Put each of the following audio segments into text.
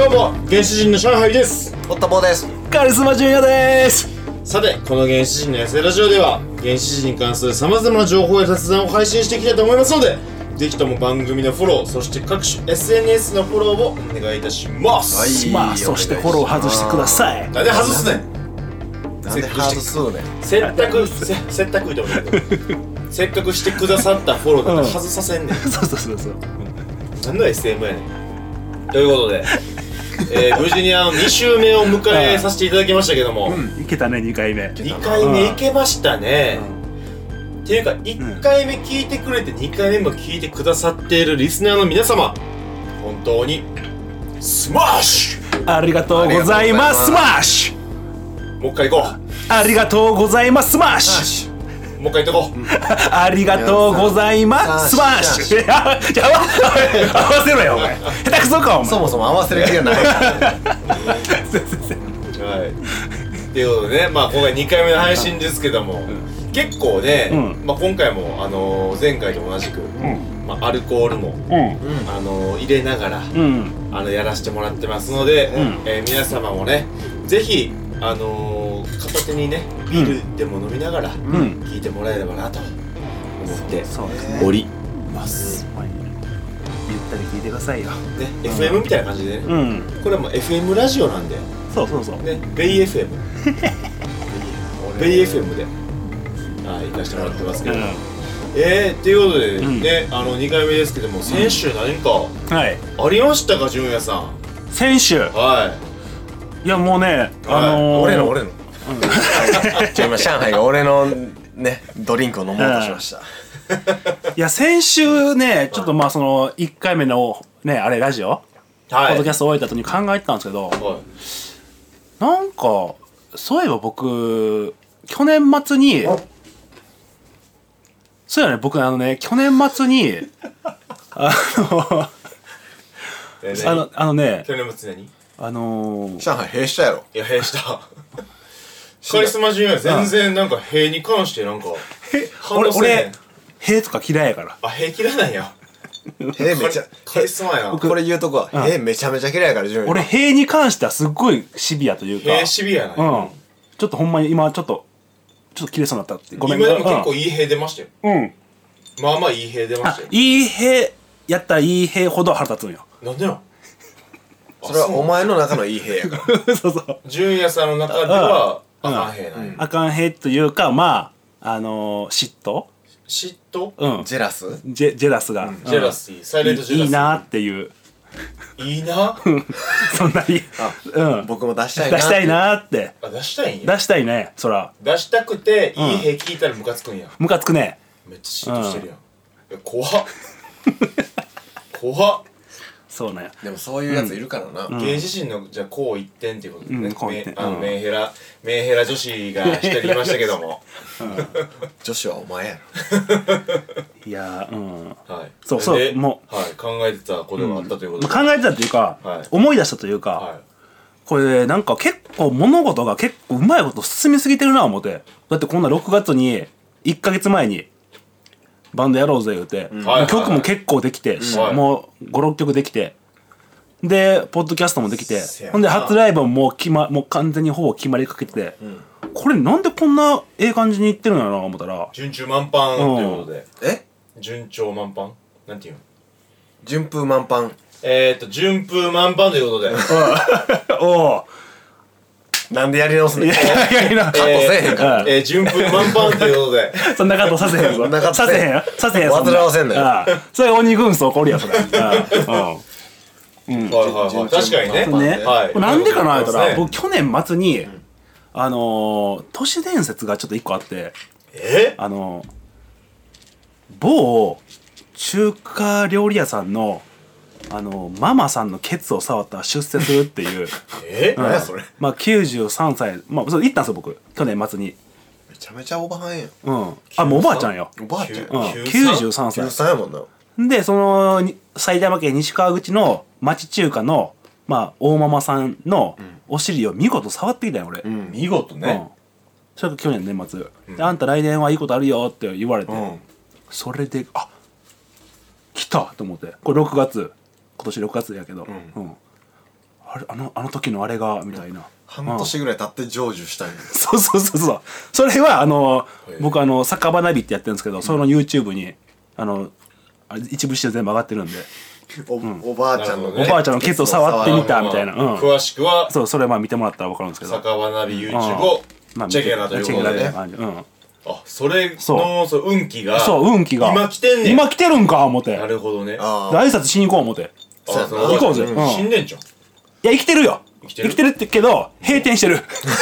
どうも原始人の上海です。 ホットボーです。 カリスマジュニアです。 さてこの原始人の野生ラジオでは原始人に関する様々な情報や雑談を配信していきたいと思いますので、ぜひとも番組のフォロー、そして各種 SNS のフォローをお願いいたします。 まあそしてフォロー外してください。 なんで外すねん。 なんで外すねん。 せっかく言うと思うけどせっかくしてくださったフォローだから外させんねん。 そう何の SM やねん。ということで無事に2週目を迎えさせていただきましたけども、 いけたね。2回目 2回目いけましたね。っていうか1回目聞いてくれて2回目も聞いてくださっているリスナーの皆様、本当にスマッシュありがとうございます。スマッシュもう一回行こう。 ありがとうございます。スマッシュもう一回言っとこう。 ありがとうございます。スマッシュ合わせろよお前。下手くそかお前。 そもそも合わせる気がないはい。っていうことでね、まあ今回2回目の配信ですけども、結構ね、まあ今回も前回と同じく、まあアルコールも入れながらやらせてもらってますので、皆様もね、ぜひ片手にねビールでも飲みながら聞いてもらえればなと思っております。 ゆったり聞いてくださいよ。 ね、FM みたいな感じでね。これはもう FM ラジオなんで。 そうね、ベイ FM ベイ FM で行かせてもらってますけど、っていうことでね、2回目ですけども、先週何かありましたか、純也さん。 先週いやもうね、 俺の今上海が俺のねドリンクを飲もうとしました。 いや先週ね、ちょっとまあその1回目のねあれラジオポッドキャスト終えた後に考えてたんですけど、なんかそういえば僕去年末にそうやね、僕去年末に去年末何上海閉したやろ。 いや、閉したカリスマ純也全然なんか閉に関してなんか俺閉とか嫌いやから。 あ、閉嫌いなんや。 閉めちゃカリスマやな。 これ言うとこは閉めちゃめちゃ嫌いやから純也。 俺閉に関してはすっごいシビアというか、 閉シビアなんや。 ちょっとほんまに今ちょっと切れそうになったって。ごめん。 今でも結構いい閉出ましたよ。まあまあいい閉出ましたよ。 いい閉やったらいい閉ほど腹立つんよ。 なんでなん。 それはお前の中のいい部屋やから。 そう純也さんの中ではあかんへなんや。 あかんへというか、まあ嫉妬ジェラスジェラスがジェラスいいサイレントジェラスいいなっていう。 いいな。 そんなに僕も出したいなって。 出したいんや。 出したいね。そら出したくていいへ聞いたらムカつくんや。 ムカつくね。 めっちゃ嫉妬してるやん。怖っ怖っ。 そうなんや。 でもそういうやついるからな。 原始人のじゃあこう一点っていうことでね、メンヘラ女子が一人いましたけども、 女子はお前やろ。 いやはい。 そうもう考えてたことがあったということで、 考えてたっていうか思い出したというか、これなんか結構物事が結構うまいこと進みすぎてるな思って。だってこんな6月に1ヶ月前にバンドやろうぜ言うて、曲も結構できて、もう 5,6 曲できて、でポッドキャストもできて、ほんで初ライブももう完全にほぼ決まりかけてて、これなんでこんな感じにいってるんやろな思ったら、 順調満帆ということで、順調満帆なんていうの、 順風満帆、 順風満帆ということでおおなんでやり直すねん。 カットせえへんから。 順風満帆ということでそんなカットさせへんぞ。させへん煩わせんなよ。 それ鬼軍曹起こるやそれ。 確かにね。 なんでかな言ったら、僕去年末に都市伝説がちょっと一個あって、某中華料理屋さんのママさんのケツを触ったら出世するっていう何やそれ。 まあ93歳、まあそれ行ったんですよ僕去年末に。 めちゃめちゃおばはんやん。 もうおばあちゃんよ。 おばあちゃん 93歳 93やもんな。 でその埼玉県西川口の町中華の大ママさんのお尻を見事触ってきたよ俺。 見事ね。 それが去年年末で、あんた来年はいいことあるよって言われて、それで来たと思って、これ6月今年6月やけど、ああの時のあれがみたいな、 半年ぐらい経って成就したんや。 そうそれは僕酒場ナビってやってるんですけど、その YouTube に一部始終全部上がってるんで、 おばあちゃんのおばあちゃんのケツを触ってみたみたいな、 詳しくはそれ見てもらったら分かるんですけど、 酒場ナビ YouTube をチェケラということでね。あ、それの運気が今来てんねん。 今来てるんか思って、 なるほどね。 挨拶しに行こう思って、 行こうぜ。死んでんじゃん。いや生きてるよ、生きてるってけど閉店してる。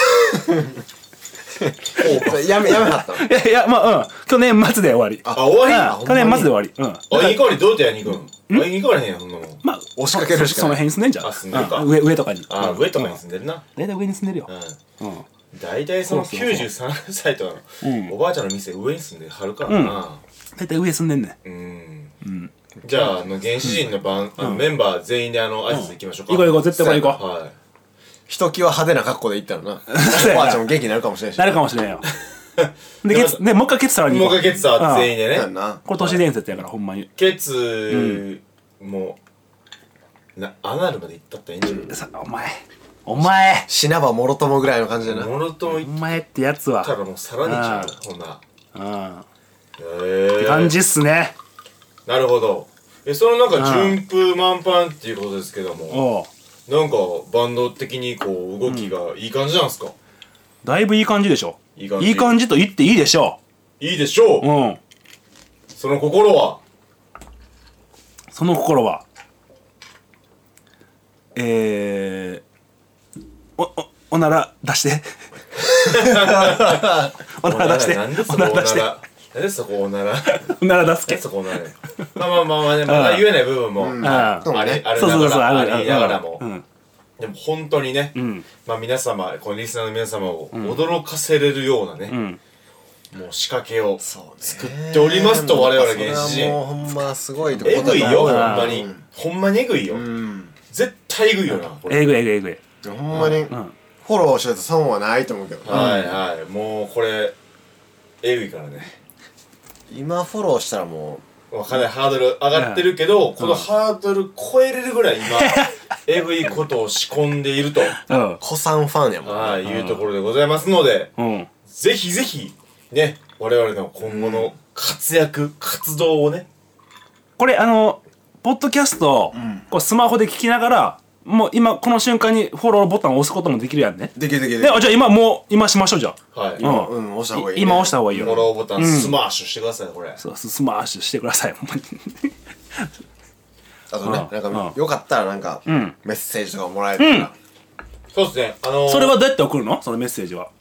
やめはったの。 いや去年末で終わり。 終わり？ 去年末で終わり。 あ、いい香りどうやってやりに行くん？あ、いい香りへんやん、そんなもん。 まあ押しかけるしかない。 その辺に住んでんじゃん。 住んでるか。 上とかに。 上とかに住んでるな。 大体上に住んでるよ。 大体その93歳とかのおばあちゃんの店上に住んではるからな。 大体上住んでんねん。じゃあ原始人のメンバー全員で挨拶行きましょうか。 行こう絶対行こう。 はい。 ひときわ派手な格好で行ったらな、おばあちゃんも元気になるかもしれんし。 なるかもしれんよ。でもう一回ケツ触りに行こう。 もう一回ケツ触って全員でね。 これ都市伝説やからほんまに。 ケツもアナルまで行ったったらいいんじゃない？ お前死なばもろともぐらいの感じでな。 もろともお前ってやつはたらもうさらにちゃう、ほんな。 って感じっすね。 なるほど。そのなんか順風満帆っていうことですけども、なんかバンド的にこう動きがいい感じなんですか？ だいぶいい感じでしょ。 いい感じと言っていいでしょう。いいでしょう。その心はおなら出しておなら出してなんでそこおならおなら出すけ。 そこおならまあね、まだ言えない部分もありながらも、でも本当にね、皆様このリスナーの皆様を驚かせれるようなね、もう仕掛けを作っておりますと、我々原始人。 もうほんますごいとこえぐいよ、ほんまにえぐいよ。絶対えぐいよな、これ。 えぐい。 ほんまにフォローしないと損はないと思うけど。 もうこれえぐいからね。 今フォローしたらもうかなりハードル上がってるけど、このハードル超えれるぐらい今えぐいことを仕込んでいると子さんファンやもんいうところでございますので、ぜひぜひね、我々の今後の活動をね、 これポッドキャストこうスマホで聞きながら、もう今この瞬間にフォローボタンを押すこともできるやんね。 できる。 じゃあ今しましょう。じゃあ押した方がいい。 今押した方がいいよ。 フォローボタンスマッシュしてください、これ。 そうスマッシュしてください、ほんまに。 あとね、なんかよかったらなんかメッセージとかもらえたら。 そうですね。 それはどうやって送るの？そのメッセージは。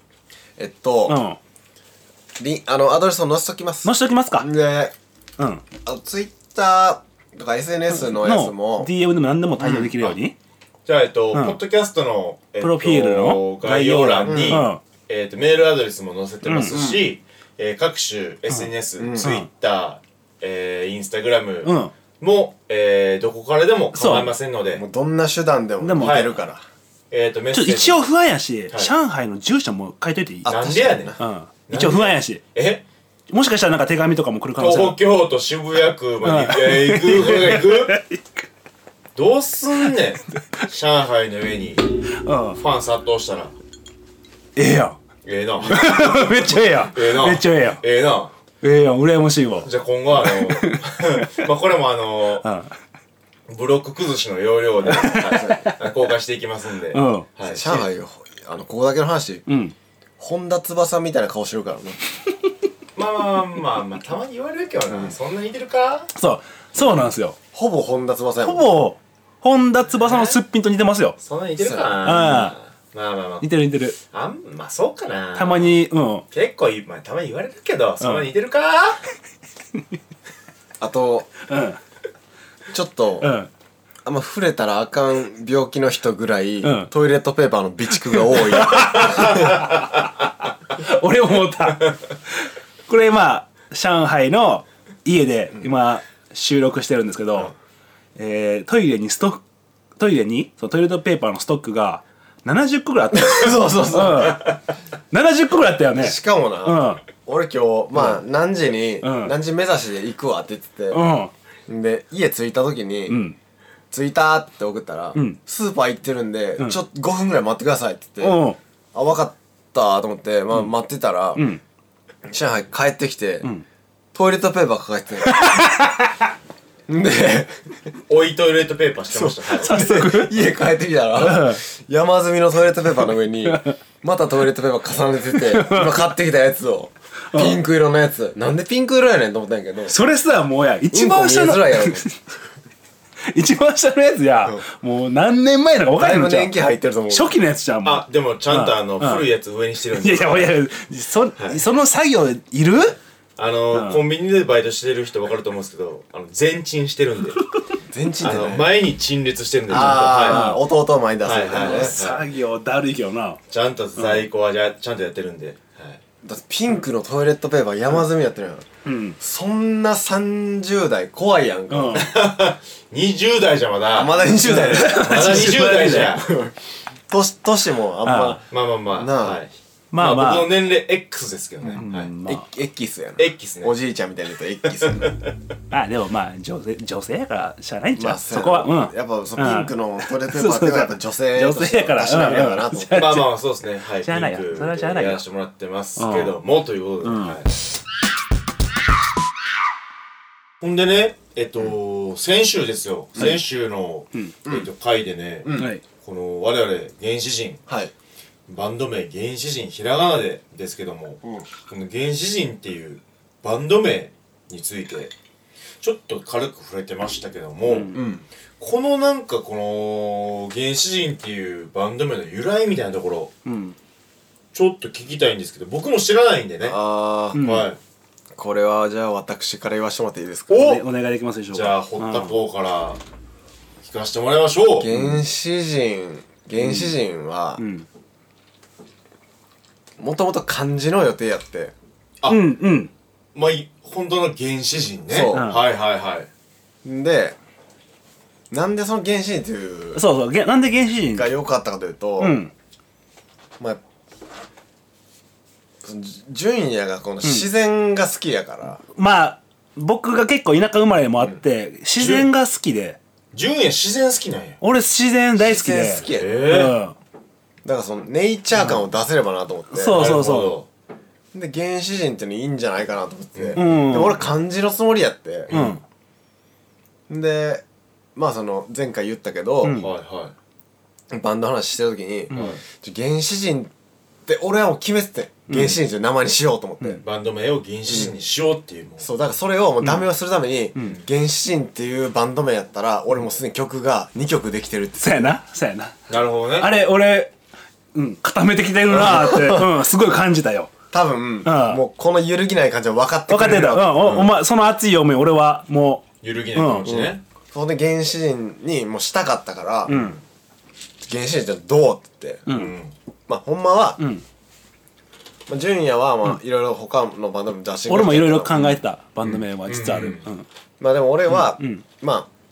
アドレスを載せときます。 載せときますか。 で、ツイッターとか SNS のやつも DM でも何でも対応できるように。 じゃあポッドキャストのプロフィールの概要欄にメールアドレスも載せてますし、各種 SNS、Twitter、Instagram もどこからでも構いませんので、 もうどんな手段でも出るから。 一応不安やし、上海の住所も書いといていい？ なんでやねん。 一応不安やし。もしかしたらなんか手紙とかも来る可能性。 東京都渋谷区まで行くどうすんねん。上海の上にファン殺到したらええやん。 ええな。 めっちゃええやん。めっちゃええやん。 ええな。 ええやん、羨ましいわ。 じゃあ今後これもブロック崩しの要領で公開していきますんで。 上海よ、ここだけの話、本田翼みたいな顔してるからね。 まあたまに言われるけどな。そんな似てるか？ そうなんですよ。 ほぼ本田翼やもん。 ほぼ本田翼のすっぴんと似てますよ。 そんな似てるかな。まあ似てる。 まあそうかな。 たまに結構たまに言われるけど、そんな似てるか？ あとちょっとあんま触れたらあかん病気の人ぐらいトイレットペーパーの備蓄が多い。 俺も思った。これ上海の家で今収録してるんですけど、トイレにそのトイレットペーパーのストックが70個ぐらいあったよ。そう70個ぐらいあったよね。 しかもな、俺今日何時目指しで行くわって言ってて、で家着いた時に着いたって送ったら、スーパー行ってるんで、ちょっと5分ぐらい待ってくださいって言って、あ、分かったと思って、まあ待ってたら、上海帰ってきて、トイレットペーパー抱えてで、 追いトイレットペーパーしてました。 早速家帰ってきたら、山積みのトイレットペーパーの上に、またトイレットペーパー重ねてて、今買ってきたやつを、ピンク色のやつ。なんでピンク色やねんと思ったんやけど。 それさ、もうや、一番下の。一番下のやつや、もう何年前のか分かるのじゃん。 年季入ってると思う。 初期のやつじゃん、もう。 あ、でもちゃんと古いやつ上にしてるんですよ。いや、その作業いる？ コンビニでバイトしてる人分かると思うんですけど、前鎮してるんで。 前鎮ってね。 前に陳列してるんで、ちゃんと。弟を前に出すみたいな。 作業だるいけどな。 ちゃんと在庫はちゃんとやってるんで。 だってピンクのトイレットペーパー山積みやってるやん。そんな30代怖いやんか。 20代じゃまだ。 まだ20代まだ20代じゃ。 年もあんま。 まあ。なあ。 まあ僕の年齢 X ですけどね。 X やな。 X ね。 おじいちゃんみたいな言うと X。 まあでもまあ女性やからしゃあないんちゃう。そこは。 やっぱピンクのトイレットペーパーってやっぱ女性やから。 しなみやからなと思って。 まあそうですね。はい。 しゃあないよ。それはしゃあないよ。 やらせてもらってますけどもということで。ほんでね、先週ですよ。先週の回でね、この我々原始人。バンド名原始人ひらがなでですけども、この原始人っていうバンド名についてちょっと軽く触れてましたけども、このなんかこの原始人っていうバンド名の由来みたいなところ、ちょっと聞きたいんですけど、僕も知らないんでね。はい。 これはじゃあ私から言わせてもらっていいですか？ お願いできますでしょうか。 じゃあ堀田ポーから聞かせてもらいましょう。 原始人は、もともと漢字の予定やって。 まあ本当の原始人ね。 そう。 はい。 で、なんでその原始人っていう。 なんで原始人が良かったかというと、まあ、純也がこの自然が好きやから。 まあ、僕が結構田舎生まれもあって、自然が好きで。 純也自然好きなんや。 俺自然大好きで。 自然好きや。だからそのネイチャー感を出せればなと思って。 そうで原始人ってのいいんじゃないかなと思って、で俺漢字のつもりやって、でまあその前回言ったけど、バンド話してる時に、原始人って俺はもう決めてて、原始人という名前にしようと思って、 バンド名を原始人にしようっていう、 そうだからそれをもうダメをするために、原始人っていうバンド名やったら俺もすでに曲が2曲できてるって。 そうやな。 なるほどね。 あれ俺固めてきてるなーってすごい感じたよ。 多分もうこの揺るぎない感じは分かってくれる。 分かってた。お前その熱い思い俺はもう揺るぎない感じね。 それで原始人にもうしたかったから、原始人ってどうって言って、まあほんまは純也はまあいろいろ他のバンド名出してくれて、 俺もいろいろ考えてたバンド名は実はある。 まあでも俺はまあ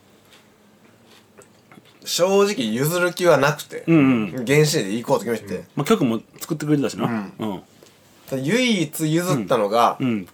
正直譲る気はなくて、原始人で行こうと決めて、 まあ曲も作ってくれてたしな。 唯一譲ったのが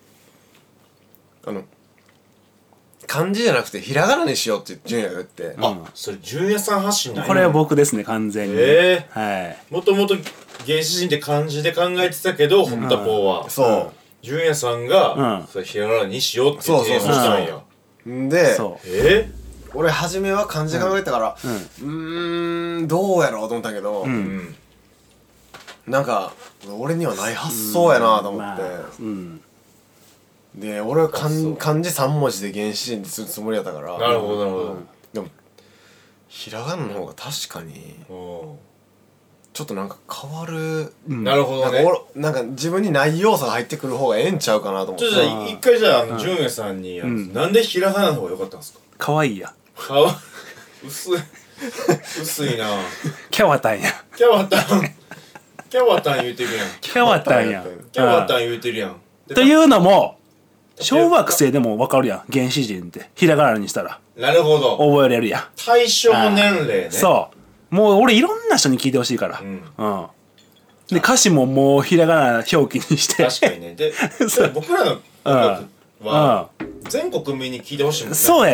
漢字じゃなくてひらがなにしようって純也が言って、 それ純也さん発信なんや。 これは僕ですね完全に。 もともと原始人って漢字で考えてたけど堀田ポーはそう純也さんがひらがなにしようって提案したんや。 で俺初めは漢字考えたからどうやろうと思ったけど、なんか俺にはない発想やなと思って、で俺は漢字3文字で原始人ってするつもりやったから。 なるほど。 でもひらがなの方が確かにちょっとなんか変わる。 なるほどね。 なんか自分にない要素が入ってくる方がええんちゃうかなと思って。 ちょっと一回じゃあ純也さんになんでひらがなの方が良かったんですか？ かわいいや。 薄いな。 キャワタンや。 キャワタン言うてるやん。 キャワタンや。 キャワタン言うてるやん。 というのも小学生でも分かるやん原始人ってひらがなにしたら。 なるほど。 覚えれるやん。 対象年齢ね。 そう。もう俺いろんな人に聞いてほしいから。で歌詞ももうひらがな表記にして。 確かにね。で僕らの音楽は全国民に聞いてほしいもんね。 そうやね。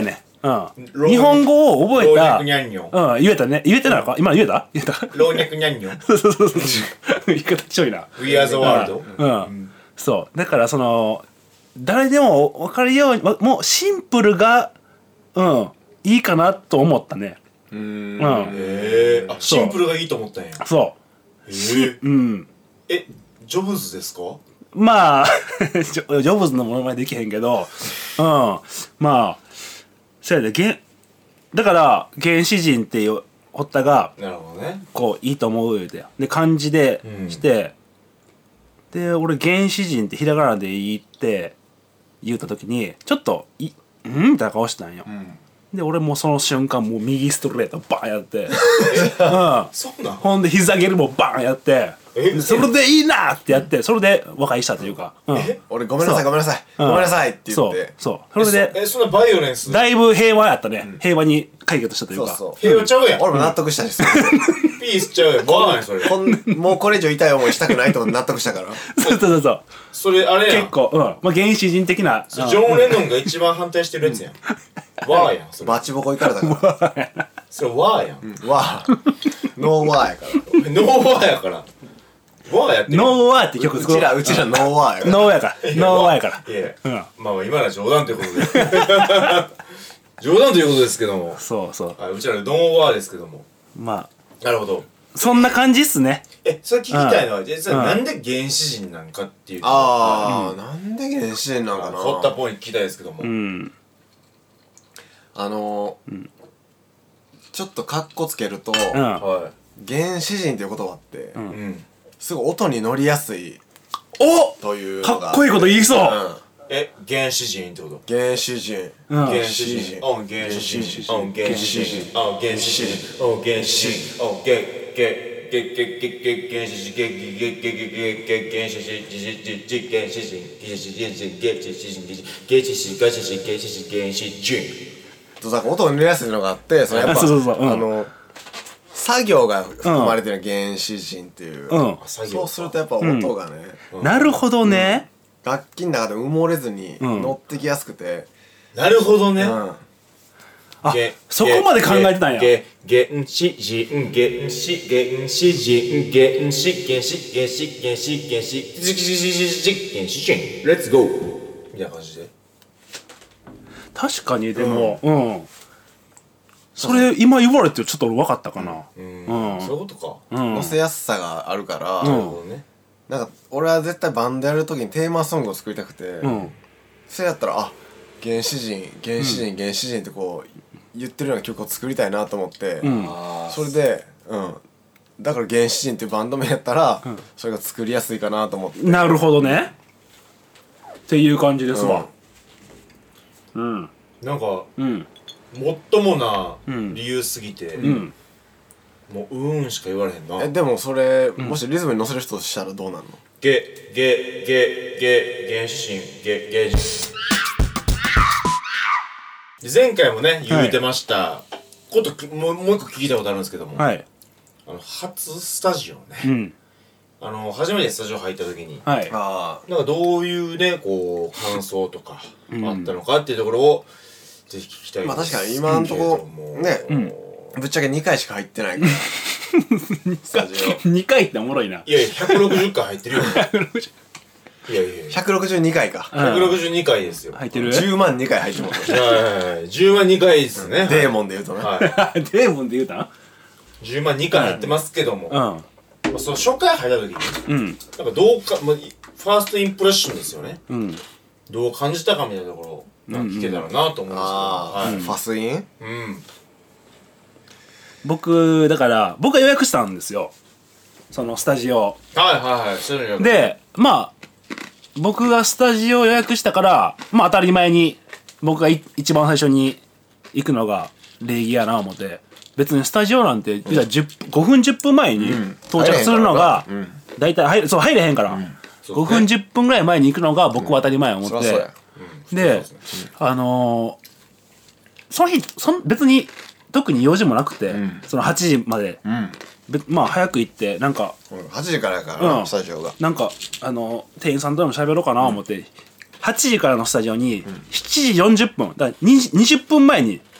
日本語を覚えた。 老若にゃんにょ。 言えたね。言えてないのか今言えた老若にゃんにょ。 そうそうそう。言い方ちょいな。 We are the world。 そう。だから誰でも分かるように、もうシンプルが、いいかなと思ったね。 シンプルがいいと思ったんや。 そう。 ジョブズですか？ まあジョブズのものまでできへんけど、まあそうやで、だから原始人っていう堀田がなるほどね、 こういいと思う言うて、で漢字でして、で俺原始人ってひらがなでいいって言うた時にちょっとみたいな顔してたんよ。で俺もその瞬間もう右ストレートバーンやってそうなん？ ほんで膝蹴りもバーンやってそれでいいなってやってそれで和解したというか、 俺ごめんなさいごめんなさいごめんなさいって言ってそうそれでそんなバイオレンスだいぶ平和やったね、平和に解決したというか、 平和ちゃうやん。 俺も納得したんですよピースちゃうやん。バーンやんそれ。 もうこれ以上痛い思いしたくないと納得したからそうそれあれやん。 結構まあ原始人的なジョン・レノンが一番反対してるやつやん。ワーやんそれ。 バチボコいかれたからそれワーやん。 ワーノーワーやからノーワーやからワーやってる。 ノーワーって曲作ろう。 うちらノーワーやからノーワーやからノーワーやからいやまあ今のは冗談ということで冗談ということですけども、 そううちらノーワーですけども、 まあなるほど。 そんな感じっすね。 それ聞きたいのは実はなんで原始人なんかっていう。 なんで原始人なんかな。 堀田ポイント聞きたいですけども、 ちょっとカッコつけると原始人っていう言葉ってすごい音に乗りやすいというのがかっこいいこと言いそう。 原始人ってこと？ 原始人原始人原始人原始人原始人原始だから音に乗りやすいのがあって、そのやっぱ作業が含まれてる原始人っていう、そうするとやっぱ音がね、 なるほどね、 楽器の中で埋もれずに乗ってきやすくて、 なるほどね。 あ、そこまで考えてたんや。 原始人原始人原始人原始原始原始原始原始原始人レッツゴーみたいな感じで。 確かにでもそれ今言われてちょっと分かったかな。 そういうことか。 乗せやすさがあるから、 なるほどね。 なんか俺は絶対バンドやるときにテーマソングを作りたくて、それやったら原始人原始人原始人ってこう言ってるような曲を作りたいなと思って、それでだから原始人っていうバンド名やったら、それが作りやすいかなと思って。 なるほどねっていう感じですわ。 なんかもっともな理由すぎてもうしか言われへんな。 でもそれもしリズムに乗せる人としたらどうなんの？ 原始人原始人。前回もね言うてましたこともう一個聞いたことあるんですけども、初スタジオね、初めてスタジオ入った時になんかどういうねこう感想とかあったのかっていうところをぜひ聞きたいです。 確かに今のところね、ぶっちゃけ2回しか入ってないからスタジオ 2回っておもろいな。 いやいや160回入ってるよいや 162回か 162回ですよ。 入ってる 10万2回入ってます。 10万2回ですね。 デーモンで言うとね。 デーモンで言うたん 10万2回入ってますけども、その初回入った時になんかどうかファーストインプレッションですよね。どう感じたかみたいなところを聞けたらなと思うんですけど。ファスイン？ 僕は予約したんですよ、そのスタジオ。でまあ僕がスタジオ予約したからまあ当たり前に僕が一番最初に行くのが礼儀やな思って、別にスタジオなんて5分10分前に到着するのが大体入れへんから5分10分ぐらい前に行くのが僕は当たり前思って、でその日別に特に用事もなくて、その8時までまあ早く行ってなんか 8時からやからスタジオがなんか店員さんとでも喋ろうかな思って8時からのスタジオに7時40分だから20分前に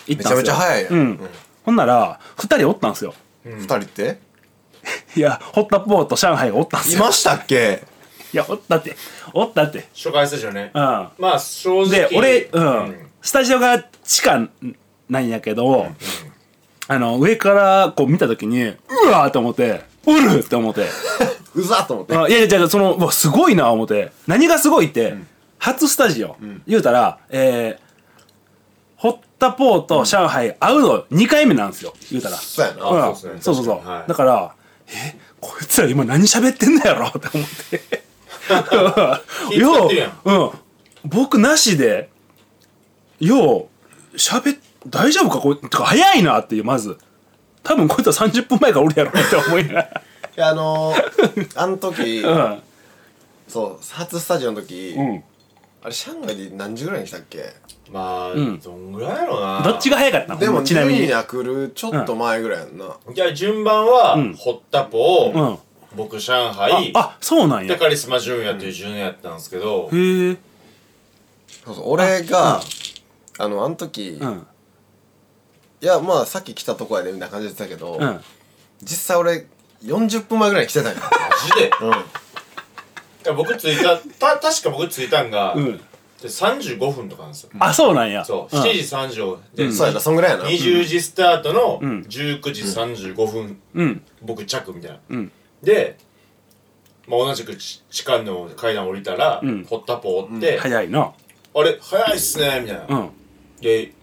行ったんすよ。 めちゃめちゃ早いやん。 ほんなら2人おったんすよ。 2人って？ いやホッタポーと上海がおったんすよ。 いましたっけ？ いやおったって初回スタジオね。 まあ正直で俺スタジオが地下なんやけど、上からこう見た時にうわーって思っておるって思ってうざっと思って。 いやいやそのうわすごいな思って。何がすごいって、初スタジオ、言うたらホッタポーと上海会うの2回目なんですよ言うたら。 そうやな。 そう、だからこいつら今何喋ってんだやろって思ってよう僕なしでよう大丈夫かこれてか早いなっていう。まず多分こいつは30分前からおるやろって思いながらいやあの時、そう初スタジオの時、あれ上海で何時ぐらいに来たっけ？ まあ、どんぐらいやろうな。 どっちが早かったの？ でもちなみにジュニア来るちょっと前ぐらいやんな。 じゃあ順番は、ホッタポ僕上海そうなんや。 でカリスマ純也っていう順やったんですけど、 へえ。 そう俺があの時、いやまあさっき来たとこやでみたいな感じで言ってたけど、実際俺40分前ぐらいに来てたんよ。 マジで？いや僕着いた確か僕着いたんが35分とかなんですよ。 あ、そうなんや。 そう7時35分で、 そうやな、そんぐらいやな。 20時スタートの19時35分、僕着みたいな。で、まあ、同じく地下の階段降りたら、ホッタポ追って、 早いな。 あれ早いっすねみたいな。で、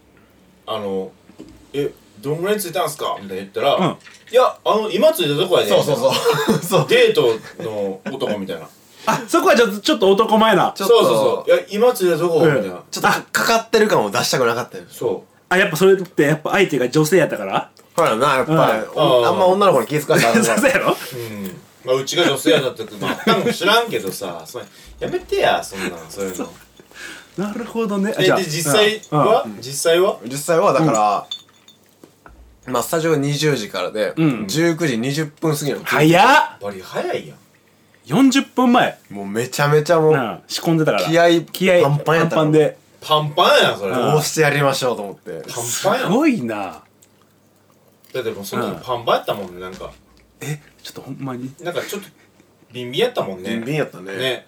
どんぐらいに着いたんすかみたいな言ったら、いや今着いたとこやで。 そうデートの男みたいな。 あ、そこはちょっと男前な。 そういや今着いたとこみたいな。 ちょっとかかってる感を出したくなかったよ。 そう。 あ、やっぱそれってやっぱ相手が女性やったから。 ほらな、やっぱりあんま女の子に気遣ってあるそうやろ。 まあうちが女性やだったってまあ多分知らんけどさ、やめてやそんなんそういうの。 なるほどね。 で実際はだからまあスタジオ20時からで19時20分過ぎの早っ。 やっぱり早いやん。 40分前。 もうめちゃめちゃもう仕込んでたから気合パンパンやった。 パンパンでパンパンやんそれ。 どうしてやりましょうと思ってパンパンやん。 すごいな。 だってもうその時パンパンやったもんね。なんかちょっとほんまになんかちょっとビンビンやったもんね。 ビンビンやったね。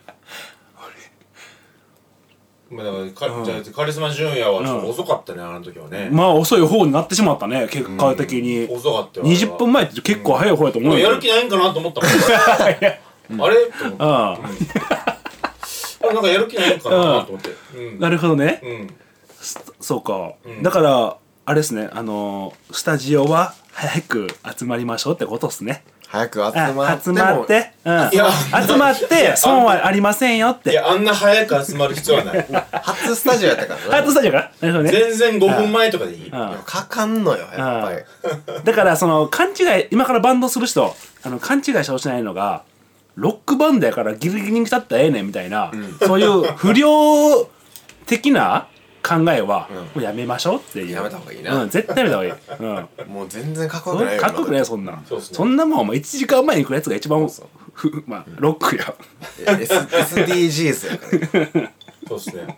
まあだからじゃあカリスマ純也はちょっと遅かったねあの時はね。 まあ遅い方になってしまったね結果的に。 遅かったよ。 20分前って結構早い方やと思うよ。 やる気ないんかなと思ったもん。あれと思って。なんかやる気ないんかなと思って。 なるほどね。そうか。だからあれですね、スタジオは早く集まりましょうってことですね。 早く集まって損はありませんよって。 いやあんな早く集まる必要はない。 初スタジオやったから初スタジオか。なるほどね。 全然5分前とかでいい。 かかんのよやっぱり。 だからその勘違い、今からバンドする人勘違いしてほしないのが、ロックバンドやからギリギリに来たったらええねんみたいな、そういう不良的な考えはもうやめましょうっていう。 やめた方がいいな。 絶対やめた方がいい。 もう全然かっこよくないよ。 かっこよくないそんな。そんなもん1時間前に来るやつが一番まあロックや。 SDGs やから。 そうっすね。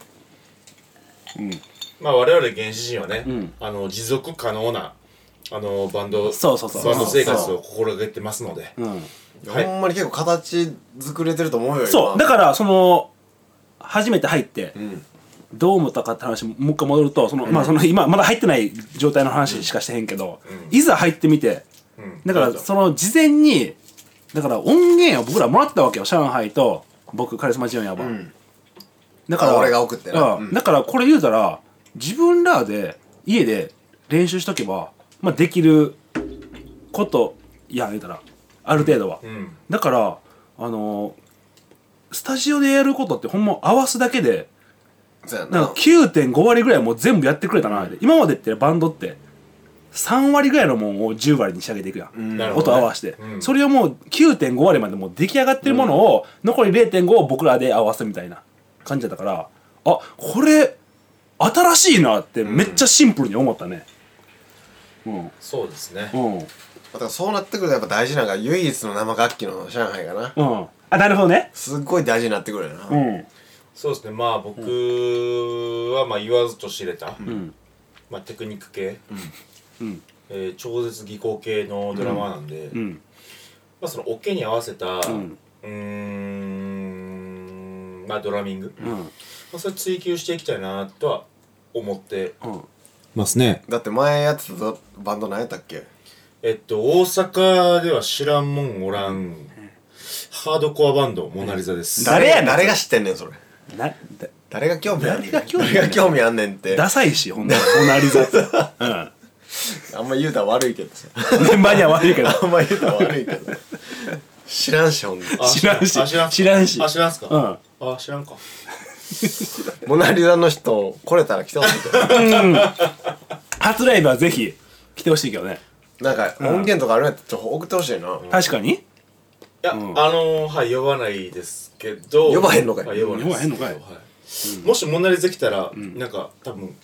まあ我々原始人はね、持続可能なバンド生活を心がけてますので。 ほんまに結構形作れてると思うよ。 そうだから初めて入ってどう思ったかって話もう一回戻ると今まだ入ってない状態の話しかしてへんけど、いざ入ってみて、だからその事前にだから音源を僕らもらったわけよ、上海と僕カリスマ純也は。だから俺が送ってな。 だからこれ言うたら自分らで家で練習しとけばまあできることやん言うたらある程度は。だからスタジオでやることってほんま合わすだけでなんか 9.5 割ぐらいもう全部やってくれたな。今までってバンドって3割ぐらいのもんを10割に仕上げていくやん、音合わせて、それをもう 9.5 割までもう出来上がってるものを、残り 0.5 を僕らで合わすみたいな感じだったから、あ、これ新しいなってめっちゃシンプルに思ったね。 そうですね。 だからそうなってくるとやっぱ大事なのが唯一の生楽器の上海がな。 あ、なるほどね。 すっごい大事になってくるよな。 そうですね。まあ僕はまあ言わずと知れた、 まあ、テクニック系、超絶技巧系のドラマなんで、まあ、そのオケに合わせたまあドラミング、まあ、それ追求していきたいなとは思ってますね。 だって前やってたバンド何やったっけ？ 大阪では知らんもんおらんハードコアバンドモナリザです。 誰が知ってんねんそれ。誰が興味あんねん。誰が興味あんねんって。 ダサいしほんならモナリザってあんま言うたら悪いけどさ。 メンバーには悪いけどあんま言うたら悪いけど知らんしほんで。 知らんし知らんすか。知らんか。 モナリザの人来れたら来てほしいけど初ライブはぜひ来てほしいけどね。 なんか音源とかあるんやったら送ってほしいな。 確かに。いやはい呼ばないですけど。 呼ばへんのかい。 呼ばへんのかい。 もしモナリザ来たらなんか多分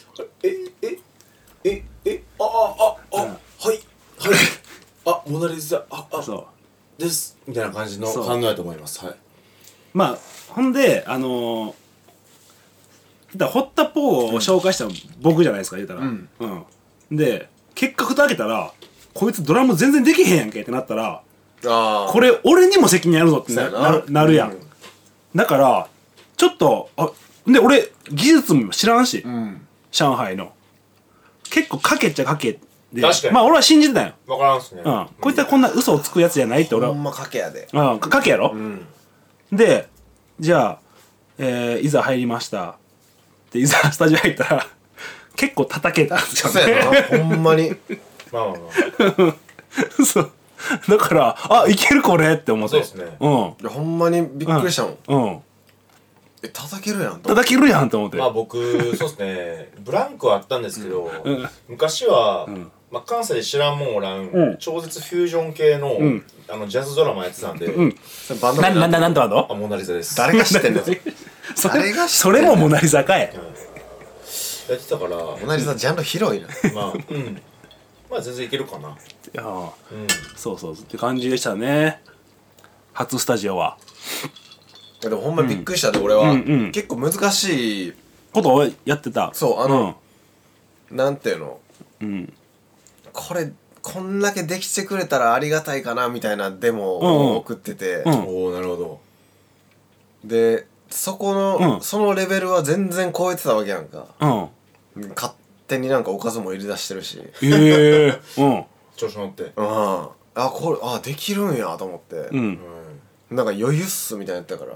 はいモナリザそうですみたいな感じの反応やと思います。はい。 まあほんでホッタポーを紹介したの僕じゃないですか言うたら。で結果蓋開けたらこいつドラム全然できへんやんけってなったらこれ俺にも責任あるぞってなるやん。だからちょっとで俺技術も知らんし上海の結構賭けっちゃ賭けでまあ俺は信じてたよ。 分からんっすね。 こいつはこんな嘘をつくやつじゃないって俺はほんま賭けやで。 賭けやろ。でじゃあいざ入りましたでいざスタジオ入ったら結構叩けたんですよね。 そうやなほんまにまあそうだからいけるこれって思って。 そうですね。 ほんまにびっくりしたもん。叩けるやん叩けるやんと思って。 まあ僕そうですねブランクはあったんですけど昔はまあ関西で知らんもんおらん超絶フュージョン系のジャズドラマやってたんで。 バンドなんとモナリザです。 誰が知ってんの？ それもモナリザかい。 やってたからモナリザジャンル広いな。 まあ全然いけるかな。 そうって感じでしたね初スタジオは。 でもほんまびっくりしたで俺は結構難しいことをやってた。 そうなんていうのこれこんだけできてくれたらありがたいかなみたいなデモを送ってて。 おおなるほど。 でそのレベルは全然超えてたわけやんか。勝手になんかおかずも入れ出してるし。 調子乗って。 これできるんやと思って。なんか余裕っすみたいなやったから。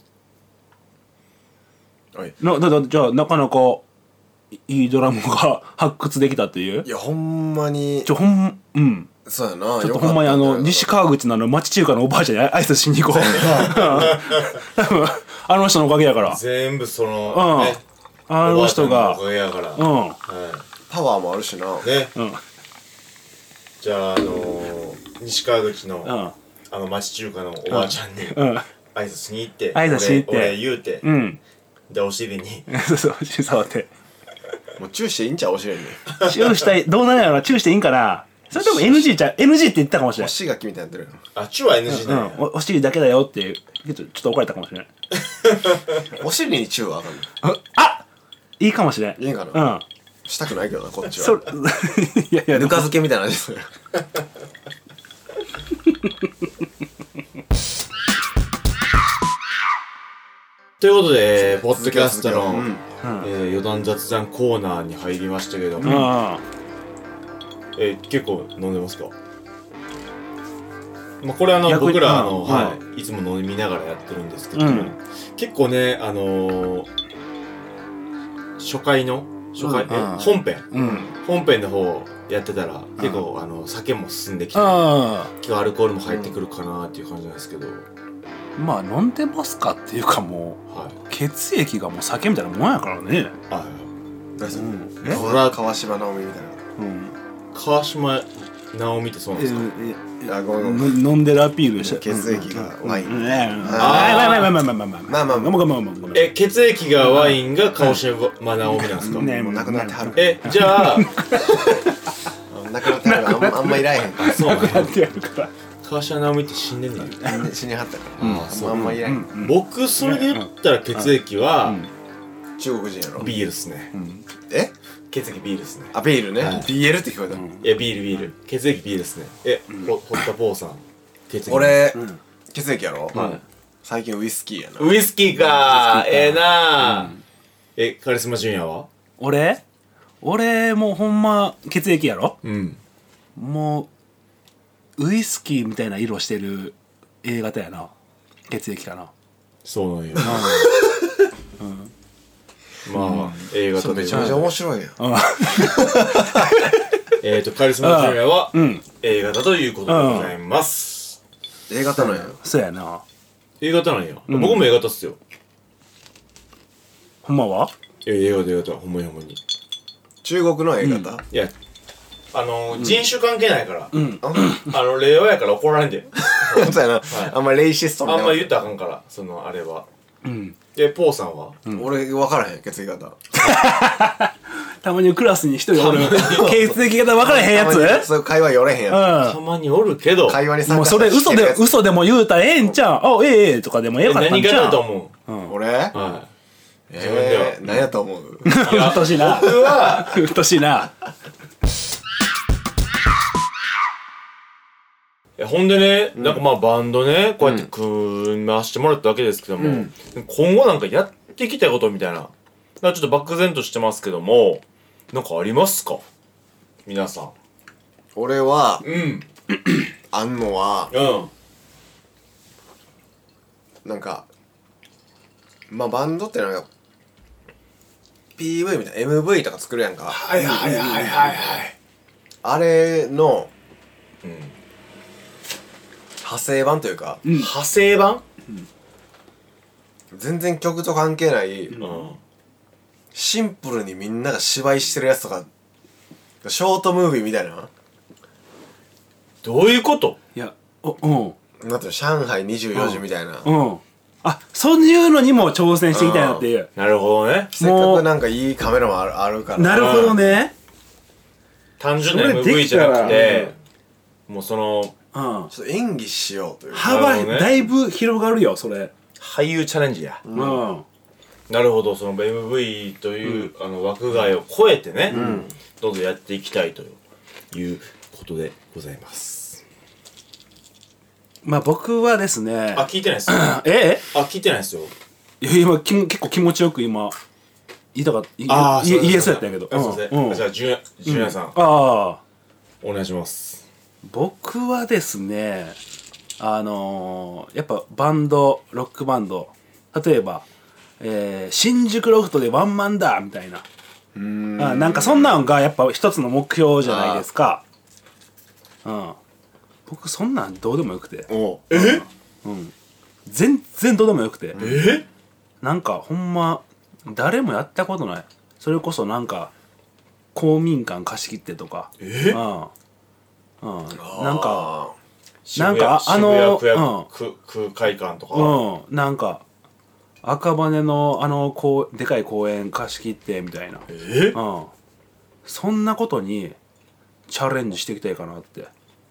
じゃあなかなかいいドラムが発掘できたっていう。 いやほんまにそうやな。 ちょっとほんまに西川口の町中華のおばあちゃんに挨拶しに行こう。多分あの人のおかげやから。 全部そのあの人がおかげやからパワーもあるしな。 ね。じゃあ西川口の町中華のおばあちゃんに挨拶しに行って俺言うてでお尻にそう触ってもうチューしていいんちゃうお尻に。 チューしたいどうなんやろな。チューしていいんかな。それでも NG って言ったかもしれない。 お尻がきみたいになってる。 チューは NG だよ。 お尻だけだよってちょっと怒られたかもしれない。 お尻にチューはあかんの？ いいかもしれん。 いいかな。したくないけどなこっちは。いやぬか漬けみたいな味する。 ということでポッドキャストの余談雑談コーナーに入りましたけど結構飲んでますか？これ僕らいつも飲みながらやってるんですけど結構ね本編の方やってたら結構酒も進んできて結構アルコールも入ってくるかなっていう感じなんですけど。 まあ飲んでますかっていうかもう血液がもう酒みたいなもんやからね。 これは川島直美みたいな。 川島直美ってそうなんですか？ 飲んでるアピールでした。 血液がワイン。 血液がワインが川島直美なんですか？ もう亡くなってはる。 じゃあ亡くなってはる。あんまいらへん。 そうなんやから川島直美って死んでんの？ 死にはったからあんまいらへん。 僕それで言ったら血液は中国人やろ。 ビールっすね。 血液 B ですね。 あ、ビールね。BL って聞こえた。 いや、ビール。血液 B ですね。堀田坊さん。血液 B。 俺、血液やろ。 はい。 最近ウイスキーやな。 ウイスキーかー。ええなー。カリスマジュニアは？ 俺もうほんま血液やろ。 うん。 もうウイスキーみたいな色してる A 型やな。血液かな。 そうなんよ。まあ、映画とめちゃめちゃ面白いやん。 カリスマジュニアは映画だということでございます。 A 型なんや。 そうやな。 映画なんや。僕も映画っすよ。 ほんまは映画ほんまに中国の A 型。 いや、人種関係ないから。令和やから怒られんで。 そうやな。あんまレイシストあんま言ったらあかんから、あれは。で、ポーさんは？ 俺分からへん、血液型。 たまにクラスに一人おる血液型分からへんやつ。 そういう会話寄れへんやたまにおるけど。 会話に参もうそれ嘘でも言うたらええんちゃう。ええとかでもええかったんちゃう。 何型だと思う。俺？ はい。自分では。 何やと思う？ うっとしいな。 僕は、 うっとしいな。 ほんでね、なんかまあバンドね、こうやって組ましてもらったわけですけども、今後なんかやっていきたいことみたいな、ちょっと漠然としてますけども、なんかありますか皆さん。 俺は、 うんあんのは、なんか、まあバンドってなんか、PV みたいな MV とか作るやんか。 はいあれの、派生版というか、 派生版？ 全然曲と関係ない、シンプルにみんなが芝居してるやつとか、ショートムービーみたいな。 どういうこと？ いや、 なんていうの、上海24時みたいな。 あ、そういうのにも挑戦していきたいなっていう。 なるほどね。 せっかくなんかいいカメラもあるから。 なるほどね。 単純な MV じゃなくて、もうその、 ちょっと演技しようという幅だいぶ広がるよ、それ。 俳優チャレンジや。なるほど、その MV という枠外を超えてね、どんどんやっていきたいということでございます。 まあ僕はですね。 聞いてないっすよ。聞いてないっすよ。 いや、今結構気持ちよく今言いたかった。言えそうやったんやけど。 すいません。じゃあジュニアさん。お願いします。 僕はですね、やっぱバンド、ロックバンド、例えば、新宿ロフトでワンマンだみたいな。なんかそんなんがやっぱ一つの目標じゃないですか。僕そんなんどうでもよくて。全然どうでもよくて。なんかほんま誰もやったことない。それこそなんか公民館貸し切ってとか。なんか渋谷区会館とか。 なんか赤羽のでかい公園貸し切ってみたいな。そんなことにチャレンジしていきたいかなって。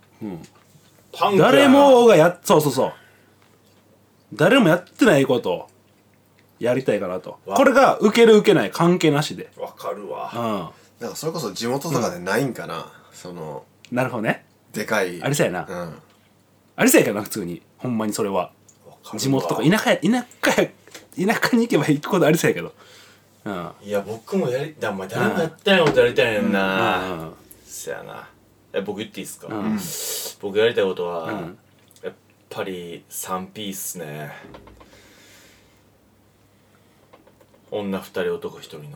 誰もがそう誰もやってないことをやりたいかなと。これが受ける受けない関係なしで。 わかるわ。 なんかそれこそ地元とかでないんかな、 なるほどね。 でかいありそうやな。ありそうやけどな、普通にほんまにそれは地元とか田舎に行けば行くことありそうやけど。 いや僕も誰もやってないことやりたいねんな。そやな。僕言っていいっすか？僕やりたいことはやっぱり 3P っすね。女2人男1人の。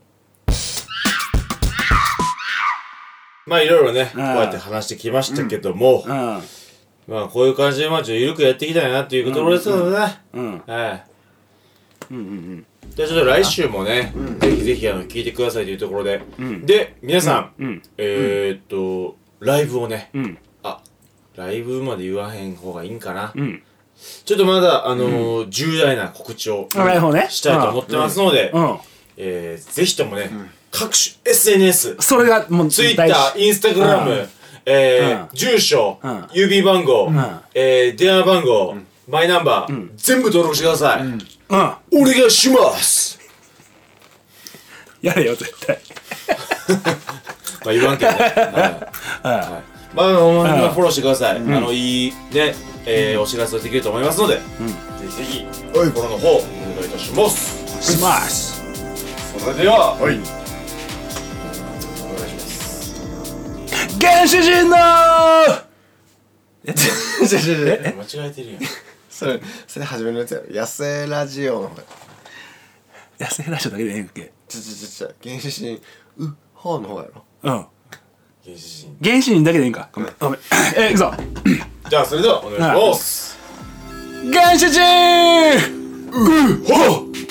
まあいろいろね、こうやって話してきましたけども、まあこういう感じで緩くやっていきたいなっていうところですのでね。じゃあちょっと来週もね、ぜひぜひ聞いてくださいというところで、で皆さん、ライブをね、ライブまで言わへん方がいいんかな。ちょっとまだ重大な告知をしたいと思ってますので、ぜひともね、各種 SNS、 それがもう Twitter、Instagram、住所、郵便番号、電話番号、マイナンバー、全部登録してください。お願いします。 やれよ絶対。 まあ言わんけどね。はい。まあフォローしてください。いいねお知らせできると思いますので、ぜひぜひフォローの方お願いいたします。 します。 それでは、 はい。 お願いします。 原始人の間違えてるやん。それ初めのやつやろ。野生ラジオの方。 野生ラジオだけでええんけ。 原始人方の方やろ。 うん。 原始人だけでいいんか。ごめん。いくぞ。 じゃあそれではお願いします。 原始人ほっ